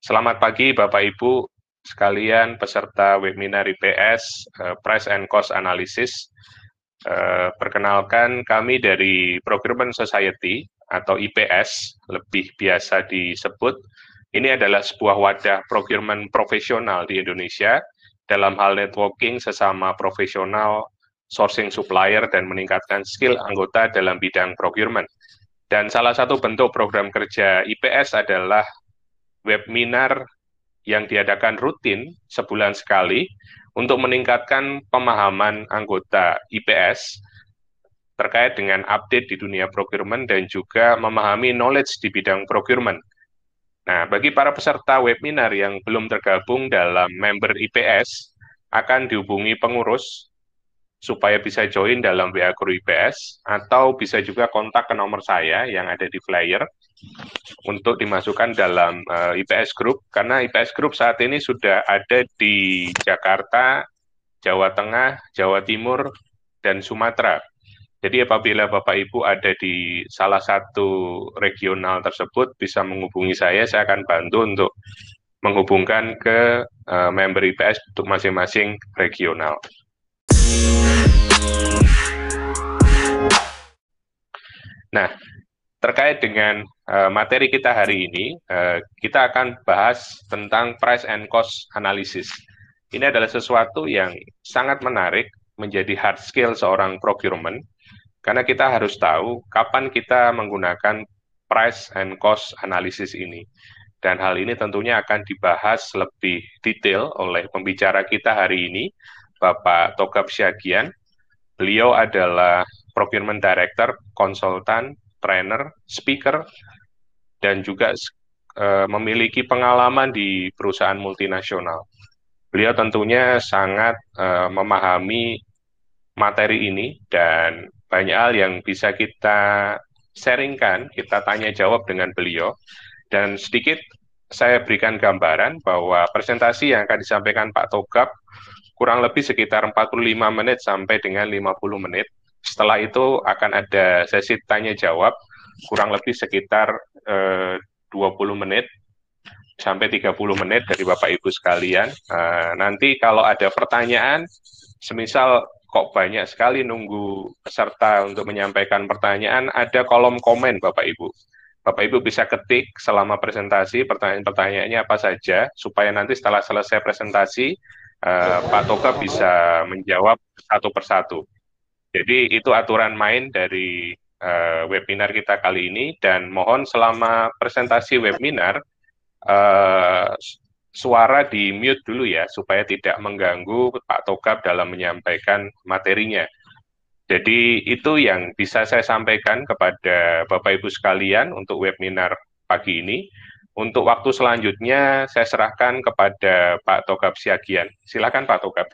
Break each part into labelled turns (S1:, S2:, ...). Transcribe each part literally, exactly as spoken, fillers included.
S1: Selamat pagi Bapak Ibu sekalian peserta webinar I P S uh, Price and Cost Analysis. Uh, perkenalkan kami dari Procurement Society atau I P S, lebih biasa disebut. Ini adalah sebuah wadah procurement profesional di Indonesia dalam hal networking sesama profesional, sourcing supplier, dan meningkatkan skill anggota dalam bidang procurement. Dan salah satu bentuk program kerja I P S adalah webinar yang diadakan rutin sebulan sekali untuk meningkatkan pemahaman anggota I P S terkait dengan update di dunia procurement dan juga memahami knowledge di bidang procurement. Nah, bagi para peserta webinar yang belum tergabung dalam member I P S, akan dihubungi pengurus supaya bisa join dalam W A Group I P S, atau bisa juga kontak ke nomor saya yang ada di flyer untuk dimasukkan dalam uh, I P S Group, karena I P S Group saat ini sudah ada di Jakarta, Jawa Tengah, Jawa Timur, dan Sumatera. Jadi apabila Bapak Ibu ada di salah satu regional tersebut, bisa menghubungi saya, saya akan bantu untuk menghubungkan ke uh, member I P S untuk masing-masing regional. Nah, terkait dengan uh, materi kita hari ini, uh, kita akan bahas tentang price and cost analysis. Ini adalah sesuatu yang sangat menarik, menjadi hard skill seorang procurement, karena kita harus tahu kapan kita menggunakan price and cost analysis ini. Dan hal ini tentunya akan dibahas lebih detail oleh pembicara kita hari ini, Bapak Togab Syagian. Beliau adalah Procurement Director, konsultan, trainer, speaker, dan juga uh, memiliki pengalaman di perusahaan multinasional. Beliau tentunya sangat uh, memahami materi ini dan banyak hal yang bisa kita sharingkan, kita tanya jawab dengan beliau. Dan sedikit saya berikan gambaran bahwa presentasi yang akan disampaikan Pak Togab kurang lebih sekitar empat puluh lima menit sampai dengan lima puluh menit. Setelah itu akan ada sesi tanya jawab kurang lebih sekitar eh, dua puluh menit sampai tiga puluh menit dari Bapak Ibu sekalian. Eh, nanti kalau ada pertanyaan, semisal kok banyak sekali nunggu peserta untuk menyampaikan pertanyaan, ada kolom komen Bapak Ibu. Bapak Ibu bisa ketik selama presentasi pertanyaan-pertanyaannya apa saja, supaya nanti setelah selesai presentasi, eh, Pak Toga bisa menjawab satu persatu. Jadi itu aturan main dari eh, webinar kita kali ini, dan mohon selama presentasi webinar, eh, suara di mute dulu ya, supaya tidak mengganggu Pak Togab dalam menyampaikan materinya. Jadi itu yang bisa saya sampaikan kepada Bapak Ibu sekalian untuk webinar pagi ini. Untuk waktu selanjutnya saya serahkan kepada Pak Togab Syagian. Silakan Pak Togab.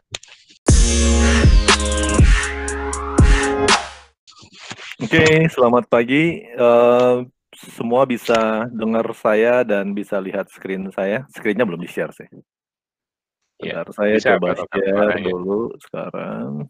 S2: Oke, selamat pagi. Uh, semua bisa dengar saya dan bisa lihat screen saya. Screen-nya belum di-share sih. Bentar, ya, saya coba share dulu sekarang.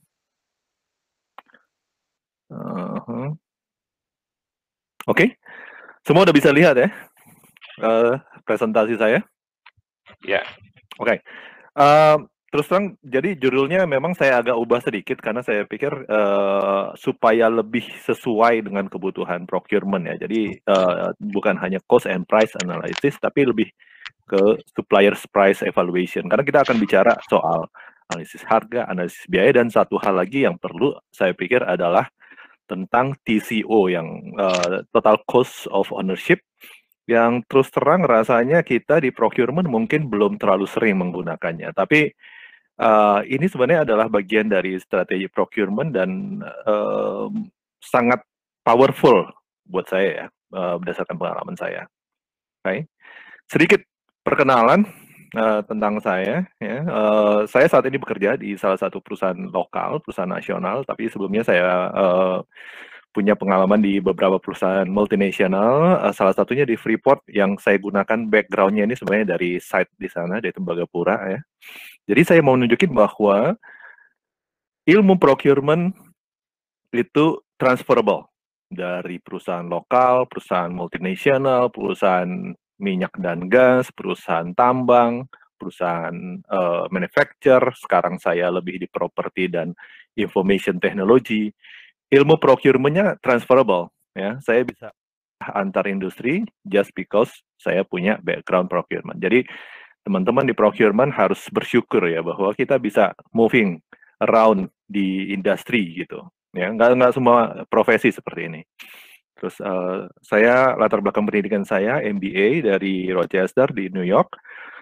S2: Uh-huh. Oke, okay. Semua udah bisa lihat ya uh, presentasi saya?
S1: Ya.
S2: Oke. Okay. Uh, terus terang, jadi judulnya memang saya agak ubah sedikit karena saya pikir uh, supaya lebih sesuai dengan kebutuhan procurement ya. Jadi uh, bukan hanya cost and price analysis, tapi lebih ke supplier's price evaluation. Karena kita akan bicara soal analisis harga, analisis biaya, dan satu hal lagi yang perlu saya pikir adalah tentang T C O, yang uh, total cost of ownership, yang terus terang rasanya kita di procurement mungkin belum terlalu sering menggunakannya. Tapi uh, ini sebenarnya adalah bagian dari strategi procurement dan uh, sangat powerful buat saya ya, uh, berdasarkan pengalaman saya. Oke, okay. Sedikit perkenalan uh, tentang saya. Ya. Uh, saya saat ini bekerja di salah satu perusahaan lokal, perusahaan nasional, tapi sebelumnya saya uh, punya pengalaman di beberapa perusahaan multinasional, uh, salah satunya di Freeport, yang saya gunakan background-nya ini sebenarnya dari site di sana, dari Tembagapura ya. Jadi saya mau nunjukin bahwa ilmu procurement itu transferable dari perusahaan lokal, perusahaan multinasional, perusahaan minyak dan gas, perusahaan tambang, perusahaan uh, manufacture, sekarang saya lebih di property dan information technology. Ilmu procurement-nya transferable, ya. Saya bisa antar industri just because saya punya background procurement. Jadi teman-teman di procurement harus bersyukur ya bahwa kita bisa moving around di industri gitu. Ya, nggak nggak semua profesi seperti ini. Terus uh, saya latar belakang pendidikan saya M B A dari Rochester di New York.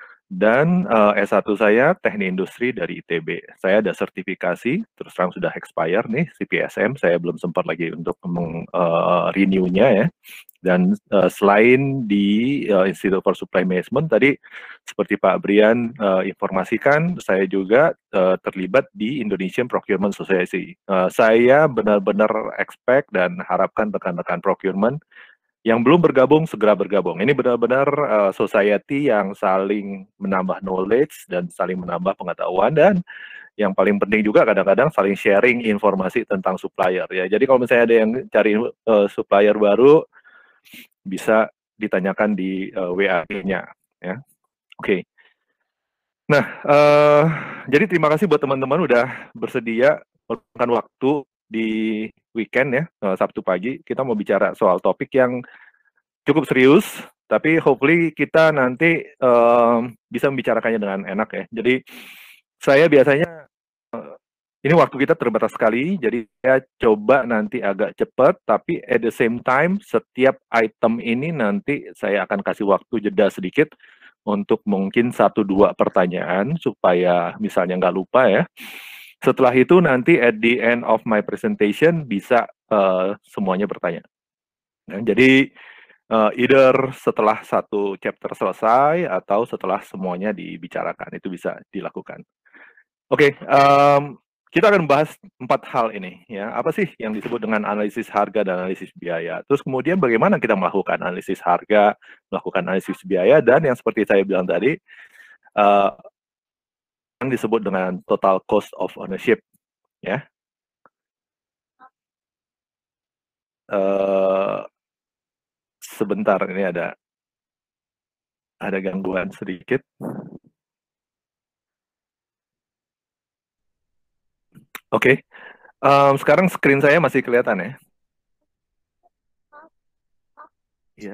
S2: Dan uh, S satu saya teknik industri dari I T B. Saya ada sertifikasi, terus terang sudah expire nih, C P S M. Saya belum sempat lagi untuk meng-renew-nya uh, ya. Dan uh, selain di uh, Institute for Supply Management, tadi seperti Pak Brian uh, informasikan, saya juga uh, terlibat di Indonesian Procurement Society. Uh, saya benar-benar expect dan harapkan rekan-rekan procurement yang belum bergabung segera bergabung. Ini benar-benar uh, society yang saling menambah knowledge dan saling menambah pengetahuan, dan yang paling penting juga kadang-kadang saling sharing informasi tentang supplier ya. Jadi kalau misalnya ada yang cari uh, supplier baru, bisa ditanyakan di uh, W A-nya ya. Oke. Okay. Nah, uh, jadi terima kasih buat teman-teman udah bersedia meluangkan waktu di weekend ya, uh, Sabtu pagi. Kita mau bicara soal topik yang cukup serius, tapi hopefully kita nanti um, bisa membicarakannya dengan enak ya. Jadi saya biasanya, uh, ini waktu kita terbatas sekali, jadi saya coba nanti agak cepat, tapi at the same time, setiap item ini nanti saya akan kasih waktu jeda sedikit untuk mungkin satu dua pertanyaan, supaya misalnya nggak lupa ya. Setelah itu nanti at the end of my presentation bisa uh, semuanya bertanya. Nah, jadi uh, either setelah satu chapter selesai atau setelah semuanya dibicarakan, itu bisa dilakukan. Oke, okay, um, kita akan bahas empat hal ini ya. Apa sih yang disebut dengan analisis harga dan analisis biaya? Terus kemudian bagaimana kita melakukan analisis harga, melakukan analisis biaya, dan yang seperti saya bilang tadi, uh, yang disebut dengan total cost of ownership ya. Uh, sebentar, ini ada ada gangguan sedikit. Oke, okay. um, sekarang screen saya masih kelihatan ya? Iya.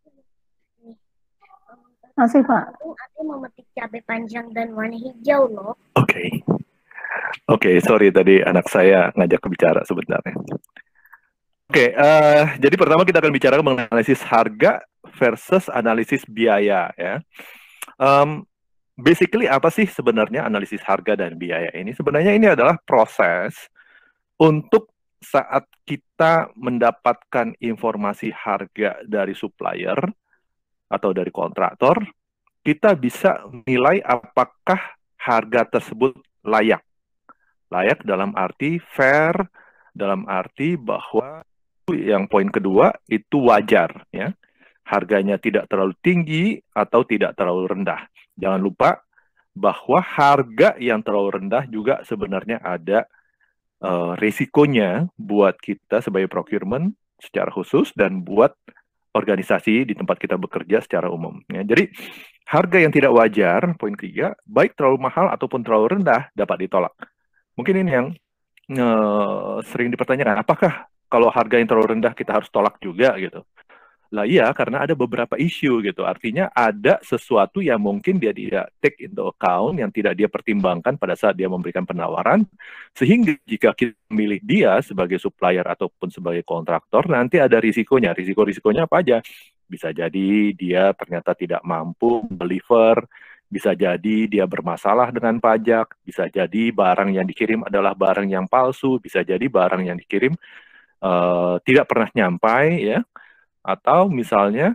S3: Masih Pak. Aku memetik cabai panjang dan warna hijau loh.
S2: Oke, okay. Oke, okay, sorry tadi anak saya ngajak bicara sebenarnya. Oke, okay, uh, jadi pertama kita akan bicara mengenai analisis harga versus analisis biaya ya. Um, basically apa sih sebenarnya analisis harga dan biaya ini? Sebenarnya ini adalah proses untuk saat kita mendapatkan informasi harga dari supplier atau dari kontraktor, kita bisa menilai apakah harga tersebut layak. Layak dalam arti fair, dalam arti bahwa yang poin kedua itu wajar ya. Harganya tidak terlalu tinggi atau tidak terlalu rendah. Jangan lupa bahwa harga yang terlalu rendah juga sebenarnya ada uh, risikonya buat kita sebagai procurement secara khusus dan buat organisasi di tempat kita bekerja secara umum. Ya. Jadi harga yang tidak wajar, poin ketiga, baik terlalu mahal ataupun terlalu rendah dapat ditolak. Mungkin ini yang uh, sering dipertanyakan, apakah kalau harga yang terlalu rendah kita harus tolak juga gitu? Lah iya, karena ada beberapa isu gitu. Artinya ada sesuatu yang mungkin dia tidak take into account, yang tidak dia pertimbangkan pada saat dia memberikan penawaran, sehingga jika kita memilih dia sebagai supplier ataupun sebagai kontraktor, nanti ada risikonya. Risiko-risikonya apa aja? Bisa jadi dia ternyata tidak mampu deliver, bisa jadi dia bermasalah dengan pajak, bisa jadi barang yang dikirim adalah barang yang palsu, bisa jadi barang yang dikirim uh, tidak pernah nyampai ya. Atau misalnya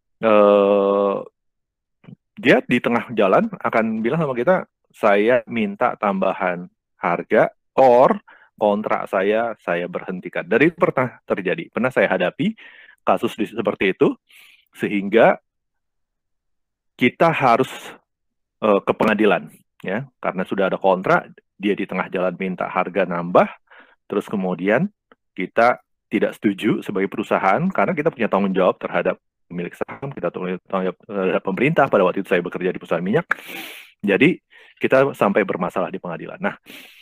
S2: uh, dia di tengah jalan akan bilang sama kita, saya minta tambahan harga, or kontrak saya, saya berhentikan. Dari itu pernah terjadi, pernah saya hadapi kasus seperti itu, sehingga kita harus uh, ke pengadilan, ya, karena sudah ada kontrak, dia di tengah jalan minta harga nambah, terus kemudian kita tidak setuju sebagai perusahaan karena kita punya tanggung jawab terhadap pemilik saham, kita tanggung jawab terhadap pemerintah. Pada waktu itu saya bekerja di perusahaan minyak. Jadi kita sampai bermasalah di pengadilan. Nah,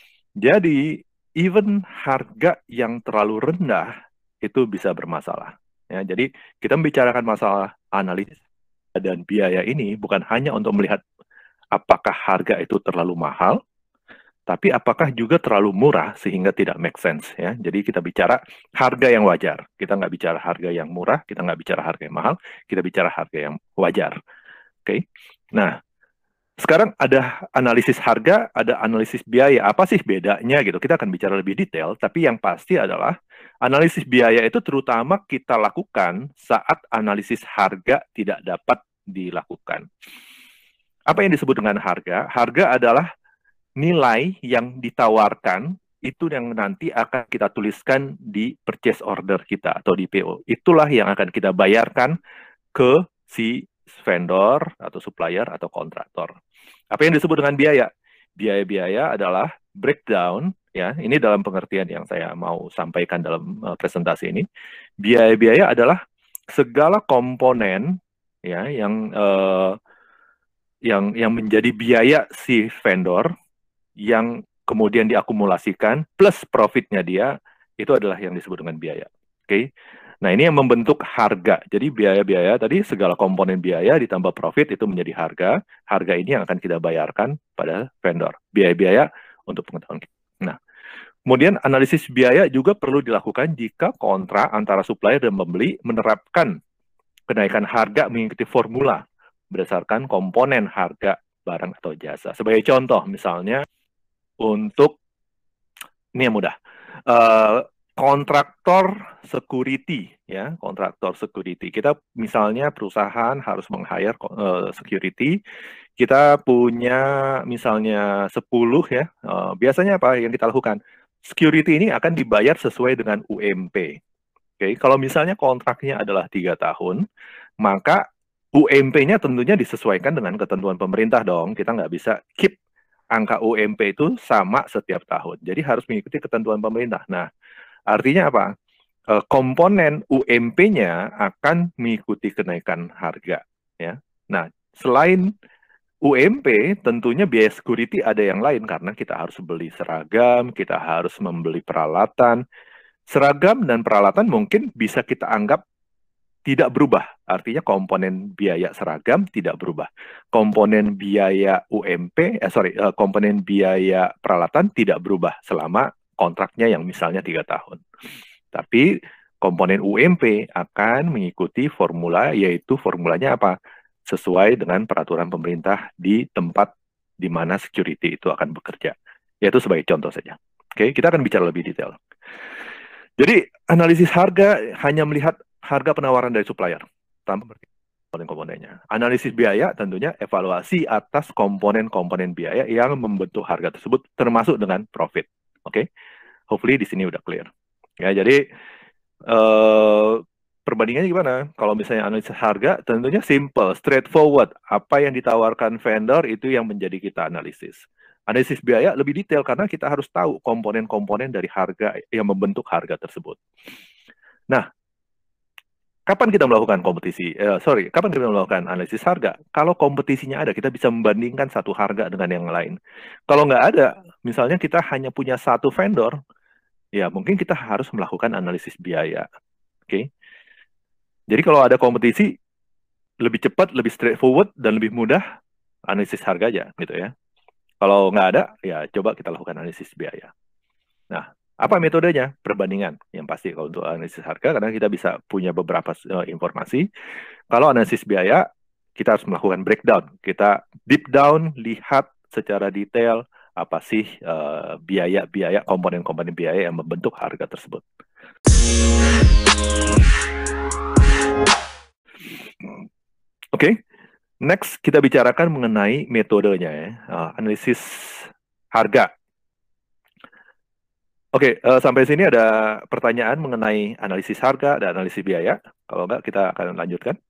S2: jadi even harga yang terlalu rendah itu bisa bermasalah. Ya, jadi kita membicarakan masalah analisis dan biaya ini bukan hanya untuk melihat apakah harga itu terlalu mahal, tapi apakah juga terlalu murah sehingga tidak make sense. Ya, jadi kita bicara harga yang wajar. Kita nggak bicara harga yang murah, kita nggak bicara harga yang mahal, kita bicara harga yang wajar. Oke, okay? Nah, sekarang ada analisis harga, ada analisis biaya. Apa sih bedanya gitu? Kita akan bicara lebih detail, tapi yang pasti adalah analisis biaya itu terutama kita lakukan saat analisis harga tidak dapat dilakukan. Apa yang disebut dengan harga? Harga adalah nilai yang ditawarkan, itu yang nanti akan kita tuliskan di purchase order kita atau di P O. Itulah yang akan kita bayarkan ke si vendor atau supplier atau kontraktor. Apa yang disebut dengan biaya? Biaya-biaya adalah breakdown, ya. Ini dalam pengertian yang saya mau sampaikan dalam uh, presentasi ini. Biaya-biaya adalah segala komponen, ya, yang uh, yang yang menjadi biaya si vendor yang kemudian diakumulasikan plus profitnya dia, itu adalah yang disebut dengan biaya. Oke. Okay? Nah, ini yang membentuk harga. Jadi biaya-biaya tadi, segala komponen biaya ditambah profit itu menjadi harga. Harga ini yang akan kita bayarkan pada vendor. Biaya-biaya untuk pengetahuan kita. Nah, kemudian analisis biaya juga perlu dilakukan jika kontrak antara supplier dan pembeli menerapkan kenaikan harga mengikuti formula berdasarkan komponen harga barang atau jasa. Sebagai contoh, misalnya untuk, ini yang mudah, uh, kontraktor security, ya, kontraktor security. Kita misalnya perusahaan harus meng-hire uh, security. Kita punya misalnya sepuluh, ya. Uh, biasanya apa yang kita lakukan? Security ini akan dibayar sesuai dengan U M P. Oke, okay? Kalau misalnya kontraknya adalah tiga tahun, maka U M P-nya tentunya disesuaikan dengan ketentuan pemerintah dong. Kita nggak bisa keep angka U M P itu sama setiap tahun. Jadi harus mengikuti ketentuan pemerintah. Nah, artinya apa? E, komponen U M P-nya akan mengikuti kenaikan harga. Ya. Nah, selain U M P, tentunya biaya security ada yang lain karena kita harus beli seragam, kita harus membeli peralatan. Seragam dan peralatan mungkin bisa kita anggap tidak berubah. Artinya komponen biaya seragam tidak berubah. Komponen biaya U M P, eh sorry, uh, komponen biaya peralatan tidak berubah selama kontraknya yang misalnya tiga tahun. Tapi komponen U M P akan mengikuti formula, yaitu formulanya apa? Sesuai dengan peraturan pemerintah di tempat di mana security itu akan bekerja. Yaitu sebagai contoh saja. Oke, kita akan bicara lebih detail. Jadi analisis harga hanya melihat harga penawaran dari supplier tanpa komponen-komponennya. Analisis biaya tentunya evaluasi atas komponen-komponen biaya yang membentuk harga tersebut termasuk dengan profit. Oke, okay? Hopefully di sini udah clear. Ya, jadi uh, perbandingannya gimana? Kalau misalnya analisis harga tentunya simple, straightforward. Apa yang ditawarkan vendor itu yang menjadi kita analisis. Analisis biaya lebih detail karena kita harus tahu komponen-komponen dari harga yang membentuk harga tersebut. Nah, kapan kita melakukan kompetisi? Eh, sorry, kapan kita melakukan analisis harga? Kalau kompetisinya ada, kita bisa membandingkan satu harga dengan yang lain. Kalau nggak ada, misalnya kita hanya punya satu vendor, ya mungkin kita harus melakukan analisis biaya. Oke? Okay? Jadi kalau ada kompetisi, lebih cepat, lebih straightforward, dan lebih mudah, analisis harga aja, gitu ya. Kalau nggak ada, ya coba kita lakukan analisis biaya. Nah, apa metodenya? Perbandingan. Yang pasti kalau untuk analisis harga, karena kita bisa punya beberapa uh, informasi. Kalau analisis biaya, kita harus melakukan breakdown. Kita deep down, lihat secara detail apa sih biaya-biaya, uh, komponen-komponen biaya yang membentuk harga tersebut. Oke. Okay. Next, kita bicarakan mengenai metodenya ya, uh, analisis harga. Oke, okay, uh, sampai sini ada pertanyaan mengenai analisis harga dan analisis biaya. Kalau enggak, kita akan lanjutkan.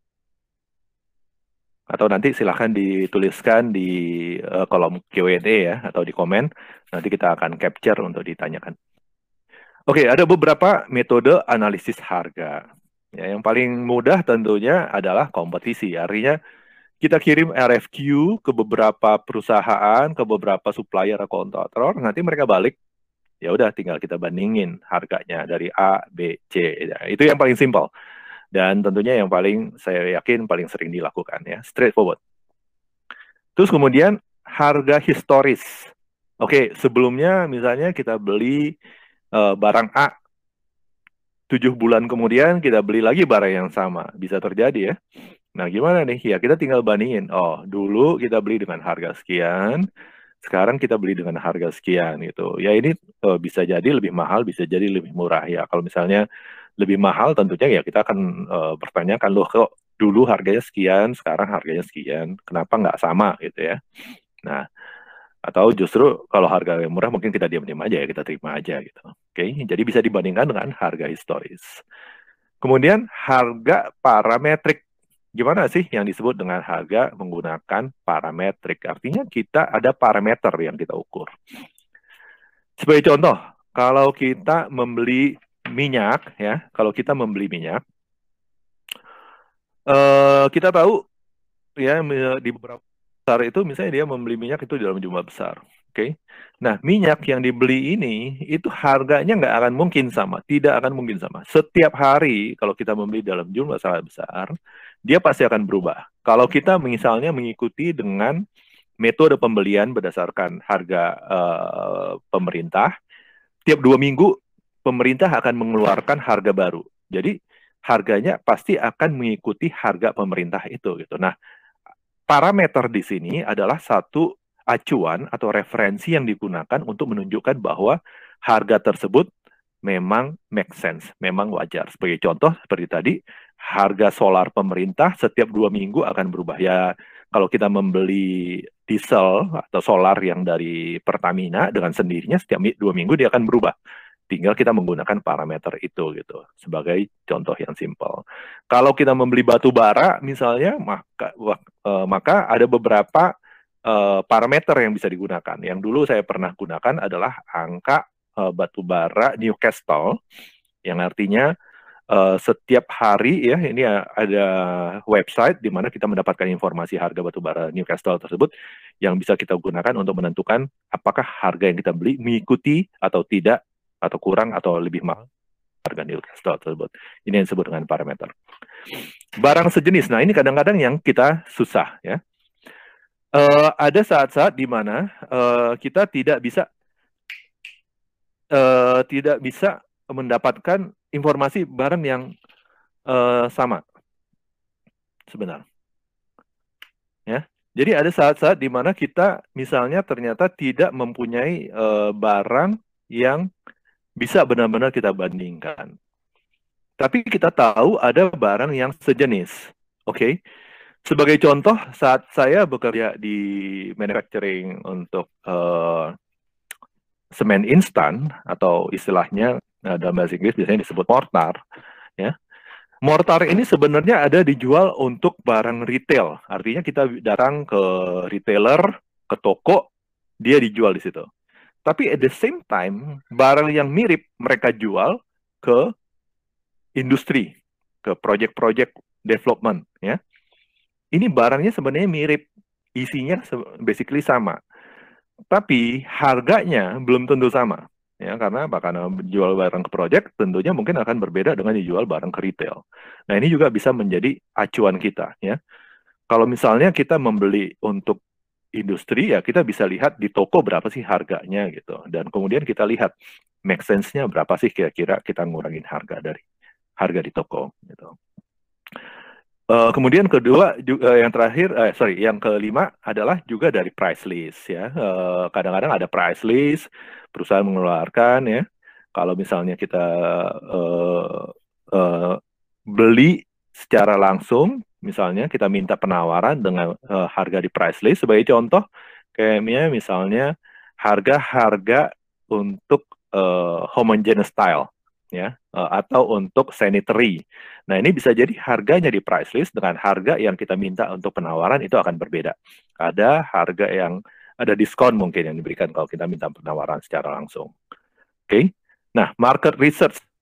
S2: Atau nanti silahkan dituliskan di uh, kolom Q and A ya, atau di komen. Nanti kita akan capture untuk ditanyakan. Oke, okay, ada beberapa metode analisis harga. Ya, yang paling mudah tentunya adalah kompetisi. Artinya kita kirim R F Q ke beberapa perusahaan, ke beberapa supplier atau kontraktor, nanti mereka balik, ya udah tinggal kita bandingin harganya dari A, B, C. Ya, itu yang paling simpel. Dan tentunya yang paling saya yakin paling sering dilakukan ya, straightforward. Terus kemudian harga historis. Oke, sebelumnya misalnya kita beli uh, barang A, tujuh bulan kemudian kita beli lagi barang yang sama. Bisa terjadi ya. Nah, gimana nih? Ya, kita tinggal bandingin. Oh, dulu kita beli dengan harga sekian, sekarang kita beli dengan harga sekian gitu. Ya, ini uh, bisa jadi lebih mahal, bisa jadi lebih murah ya. Kalau misalnya lebih mahal, tentunya ya kita akan uh, bertanyakan, loh kok dulu harganya sekian, sekarang harganya sekian. Kenapa nggak sama gitu ya. Nah, atau justru kalau harga yang murah mungkin kita diam-diam aja ya, kita terima aja gitu. Oke, jadi bisa dibandingkan dengan harga historis. Kemudian harga parametrik. Gimana sih yang disebut dengan harga menggunakan parametrik? Artinya kita ada parameter yang kita ukur. Sebagai contoh, kalau kita membeli minyak ya, kalau kita membeli minyak, eh, kita tahu ya di beberapa besar itu misalnya dia membeli minyak itu dalam jumlah besar. Oke, okay? Nah minyak yang dibeli ini itu harganya nggak akan mungkin sama, tidak akan mungkin sama. Setiap hari kalau kita membeli dalam jumlah sangat besar, dia pasti akan berubah. Kalau kita misalnya mengikuti dengan metode pembelian berdasarkan harga uh, pemerintah, tiap dua minggu pemerintah akan mengeluarkan harga baru. Jadi harganya pasti akan mengikuti harga pemerintah itu gitu. Nah, parameter di sini adalah satu acuan atau referensi yang digunakan untuk menunjukkan bahwa harga tersebut memang make sense, memang wajar. Sebagai contoh, seperti tadi, harga solar pemerintah setiap dua minggu akan berubah. Ya, kalau kita membeli diesel atau solar yang dari Pertamina dengan sendirinya setiap dua minggu dia akan berubah. Tinggal kita menggunakan parameter itu gitu sebagai contoh yang simpel. Kalau kita membeli batu bara misalnya, maka uh, maka ada beberapa uh, parameter yang bisa digunakan. Yang dulu saya pernah gunakan adalah angka uh, batu bara Newcastle, yang artinya uh, setiap hari ya ini ada website di mana kita mendapatkan informasi harga batu bara Newcastle tersebut yang bisa kita gunakan untuk menentukan apakah harga yang kita beli mengikuti atau tidak, atau kurang atau lebih mahal harga Newcastle tersebut. Ini yang disebut dengan parameter. Barang sejenis. Nah, ini kadang-kadang yang kita susah ya. Uh, ada saat-saat di mana uh, kita tidak bisa uh, tidak bisa mendapatkan informasi barang yang uh, sama sebenarnya. Ya. Jadi ada saat-saat di mana kita misalnya ternyata tidak mempunyai uh, barang yang bisa benar-benar kita bandingkan. Tapi kita tahu ada barang yang sejenis. Oke. Okay? Sebagai contoh, saat saya bekerja di manufacturing untuk uh, semen instan, atau istilahnya uh, dalam bahasa Inggris biasanya disebut mortar. Ya. Mortar ini sebenarnya ada dijual untuk barang retail. Artinya kita datang ke retailer, ke toko, dia dijual di situ. Tapi at the same time, barang yang mirip mereka jual ke industri, ke project-project development, ya. Ini barangnya sebenarnya mirip, isinya basically sama, tapi harganya belum tentu sama, ya, karena karena jual barang ke project tentunya mungkin akan berbeda dengan dijual barang ke retail. Nah, ini juga bisa menjadi acuan kita, ya. Kalau misalnya kita membeli untuk industri, ya kita bisa lihat di toko berapa sih harganya gitu, dan kemudian kita lihat make sense-nya berapa sih kira-kira kita ngurangin harga dari harga di toko gitu. Uh, kemudian kedua juga, uh, yang terakhir, uh, sorry, yang kelima adalah juga dari price list ya. Kadang-kadang uh, ada price list perusahaan mengeluarkan ya. Kalau misalnya kita uh, uh, beli secara langsung, misalnya kita minta penawaran dengan uh, harga di price list. Sebagai contoh, kayaknya misalnya harga-harga untuk uh, homogeneous style, ya, uh, atau untuk sanitary. Nah, ini bisa jadi harganya di price list dengan harga yang kita minta untuk penawaran itu akan berbeda. Ada harga yang ada diskon mungkin yang diberikan kalau kita minta penawaran secara langsung. Oke. Okay? Nah, market research.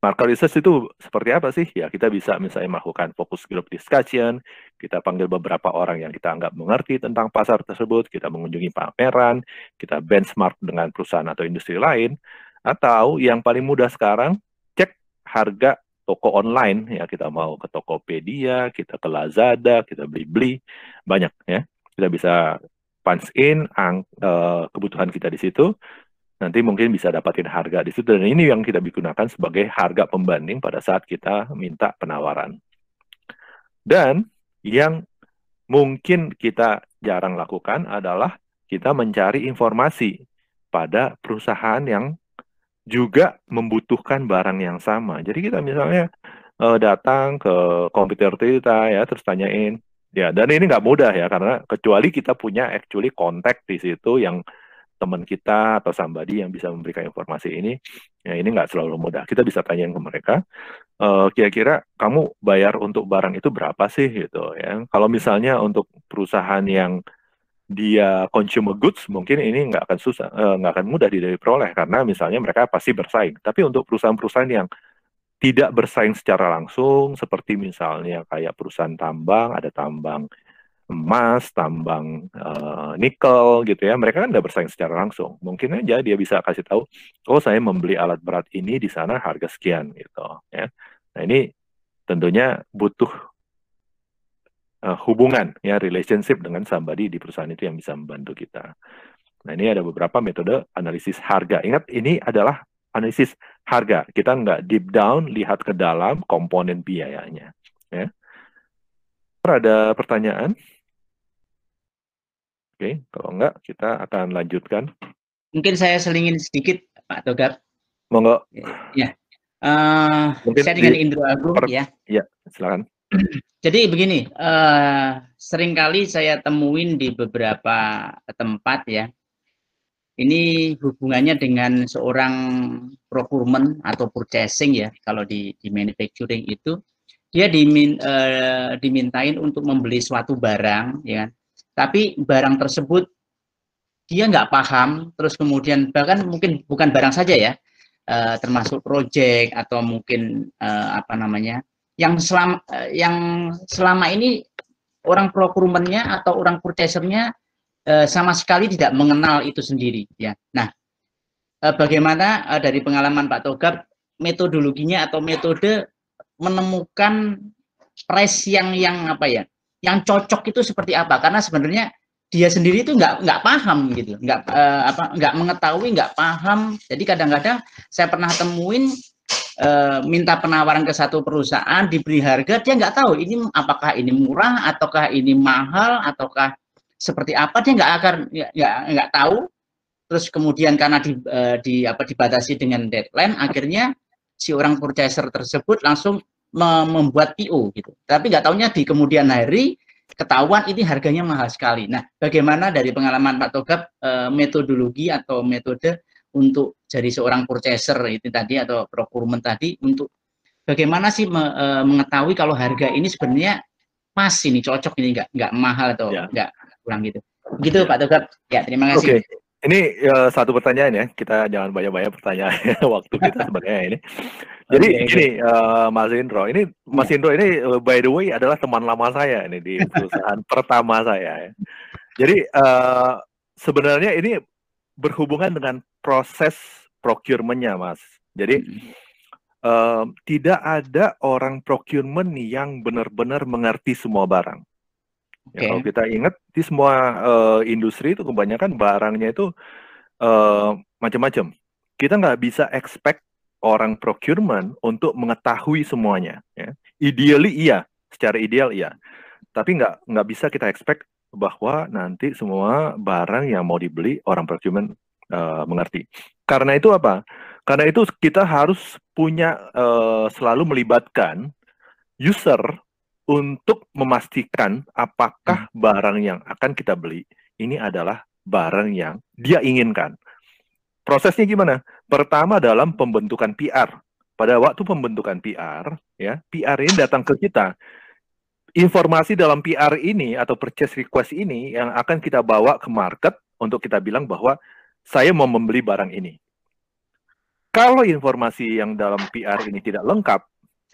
S2: market research itu seperti apa sih? Ya kita bisa misalnya melakukan focus group discussion, kita panggil beberapa orang yang kita anggap mengerti tentang pasar tersebut, kita mengunjungi pameran, kita benchmark dengan perusahaan atau industri lain, atau yang paling mudah sekarang, cek harga toko online, ya kita mau ke Tokopedia, kita ke Lazada, kita beli-beli, banyak ya. Kita bisa punch in ang, uh, kebutuhan kita di situ, nanti mungkin bisa dapatin harga di situ, dan ini yang kita gunakan sebagai harga pembanding pada saat kita minta penawaran. Dan yang mungkin kita jarang lakukan adalah kita mencari informasi pada perusahaan yang juga membutuhkan barang yang sama. Jadi kita misalnya uh, datang ke komputer kita ya, terus tanyain, ya, dan ini nggak mudah ya, karena kecuali kita punya actually kontak di situ yang teman kita atau somebody yang bisa memberikan informasi ini, ya ini nggak selalu mudah. Kita bisa tanyain ke mereka, e, kira-kira kamu bayar untuk barang itu berapa sih gitu ya. Kalau misalnya untuk perusahaan yang dia consumer goods, mungkin ini nggak akan susah, nggak akan mudah diperoleh karena misalnya mereka pasti bersaing. Tapi untuk perusahaan-perusahaan yang tidak bersaing secara langsung, seperti misalnya kayak perusahaan tambang, ada tambang emas, tambang uh, nikel gitu ya, mereka kan nggak bersaing secara langsung. Mungkin aja dia bisa kasih tahu, oh saya membeli alat berat ini di sana harga sekian gitu ya. Nah ini tentunya butuh uh, hubungan ya, relationship dengan somebody di perusahaan itu yang bisa membantu kita. Nah ini ada beberapa metode analisis harga. Ingat ini adalah analisis harga. Kita nggak deep down lihat ke dalam komponen biayanya. Ya. Ada pertanyaan? Oke, kalau enggak kita akan lanjutkan.
S4: Mungkin saya selingin sedikit, Pak Togar.
S2: Monggo.
S4: Ya, uh, saya dengan Indro Agung per, ya.
S2: Ya, silakan.
S4: Jadi begini, uh, seringkali saya temuin di beberapa tempat ya. Ini hubungannya dengan seorang procurement atau purchasing ya. Kalau di, di manufacturing itu dia dimin, uh, dimintain untuk membeli suatu barang, ya kan? Tapi barang tersebut dia nggak paham, terus kemudian bahkan mungkin bukan barang saja ya, uh, termasuk project atau mungkin uh, apa namanya, yang selama uh, yang selama ini orang procurementnya atau orang purchasernya uh, sama sekali tidak mengenal itu sendiri ya. Nah, uh, bagaimana uh, dari pengalaman Pak Togar metodologinya atau metode menemukan price yang yang apa ya? Yang cocok itu seperti apa, karena sebenarnya dia sendiri itu nggak nggak paham gitu, nggak uh, apa nggak mengetahui, nggak paham. Jadi kadang-kadang saya pernah temuin uh, minta penawaran ke satu perusahaan, diberi harga, dia nggak tahu ini apakah ini murah ataukah ini mahal ataukah seperti apa, dia nggak akan nggak nggak tahu. Terus kemudian karena di, uh, di apa dibatasi dengan deadline, akhirnya si orang purchaser tersebut langsung membuat P O gitu, tapi nggak taunya di kemudian hari ketahuan ini harganya mahal sekali. Nah, bagaimana dari pengalaman Pak Togar eh, metodologi atau metode untuk jadi seorang purchaser itu tadi atau procurement tadi, untuk bagaimana sih me, eh, mengetahui kalau harga ini sebenarnya pas, ini cocok, ini nggak nggak mahal atau ya. nggak kurang gitu. Gitu ya. Pak Togar. Ya, terima kasih.
S2: Oke. Ini uh, satu pertanyaan ya, kita jangan banyak-banyak pertanyaan waktu kita sebenarnya ini. Jadi okay, gini, okay. Uh, Mas Indro, ini Mas Indro ini uh, by the way adalah teman lama saya ini di perusahaan pertama saya. Ya. Jadi uh, sebenarnya ini berhubungan dengan proses procurement-nya, Mas. Jadi uh, tidak ada orang procurement yang benar-benar mengerti semua barang. Okay. Ya, kalau kita ingat di semua uh, industri itu kebanyakan barangnya itu uh, macam-macam. Kita nggak bisa expect orang procurement untuk mengetahui semuanya. Ya. Ideally iya, secara ideal iya. Tapi nggak nggak bisa kita expect bahwa nanti semua barang yang mau dibeli orang procurement uh, mengerti. Karena itu apa? Karena itu kita harus punya uh, selalu melibatkan user untuk memastikan apakah barang yang akan kita beli ini adalah barang yang dia inginkan. Prosesnya gimana? Pertama dalam pembentukan P R. Pada waktu pembentukan P R, ya, P R ini datang ke kita. Informasi dalam P R ini atau purchase request ini yang akan kita bawa ke market untuk kita bilang bahwa saya mau membeli barang ini. Kalau informasi yang dalam P R ini tidak lengkap,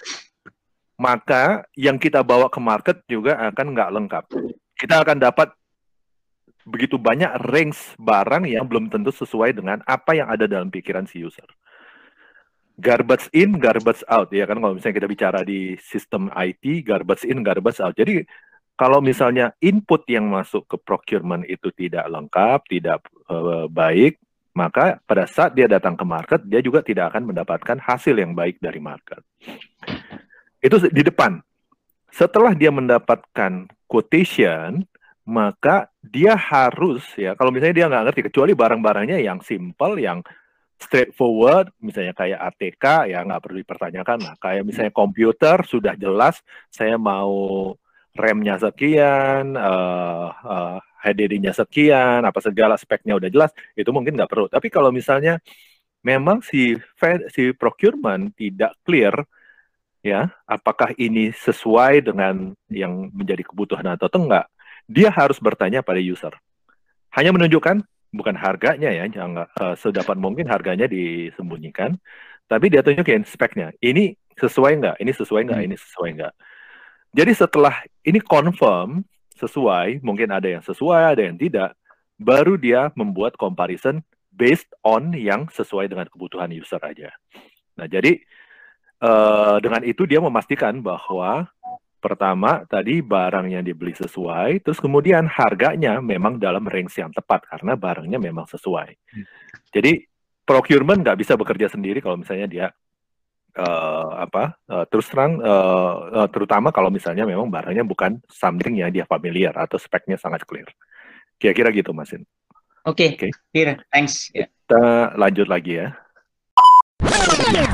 S2: maka yang kita bawa ke market juga akan nggak lengkap. Kita akan dapat begitu banyak range barang yang belum tentu sesuai dengan apa yang ada dalam pikiran si user. Garbage in, garbage out, ya kan, kalau misalnya kita bicara di sistem I T, garbage in, garbage out. Jadi kalau misalnya input yang masuk ke procurement itu tidak lengkap, tidak uh, baik, maka pada saat dia datang ke market, dia juga tidak akan mendapatkan hasil yang baik dari market. Itu di depan. Setelah dia mendapatkan quotation, maka dia harus, ya, kalau misalnya dia nggak ngerti, kecuali barang-barangnya yang simple, yang straightforward, misalnya kayak A T K, ya nggak perlu dipertanyakan. Nah, kayak misalnya komputer, sudah jelas, saya mau RAM-nya sekian, uh, uh, H D D-nya sekian, apa segala speknya udah jelas, itu mungkin nggak perlu. Tapi kalau misalnya memang si si procurement tidak clear, ya, apakah ini sesuai dengan yang menjadi kebutuhan atau enggak, dia harus bertanya pada user. Hanya menunjukkan, bukan harganya ya, jangan uh, sedapat mungkin harganya disembunyikan, tapi dia tunjukin speknya. Ini sesuai nggak? Ini sesuai nggak? Ini sesuai nggak? Jadi setelah ini confirm sesuai, mungkin ada yang sesuai, ada yang tidak, baru dia membuat comparison based on yang sesuai dengan kebutuhan user aja. Nah, jadi uh, dengan itu dia memastikan bahwa pertama tadi barang yang dibeli sesuai, terus kemudian harganya memang dalam range yang tepat karena barangnya memang sesuai. Jadi procurement nggak bisa bekerja sendiri kalau misalnya dia Uh, apa uh, terus terang uh, uh, terutama kalau misalnya memang barangnya bukan something yang dia familiar atau speknya sangat clear. Kira-kira gitu, Masin.
S4: Oke, okay. Okay. Clear. Thanks.
S2: Kita lanjut lagi ya.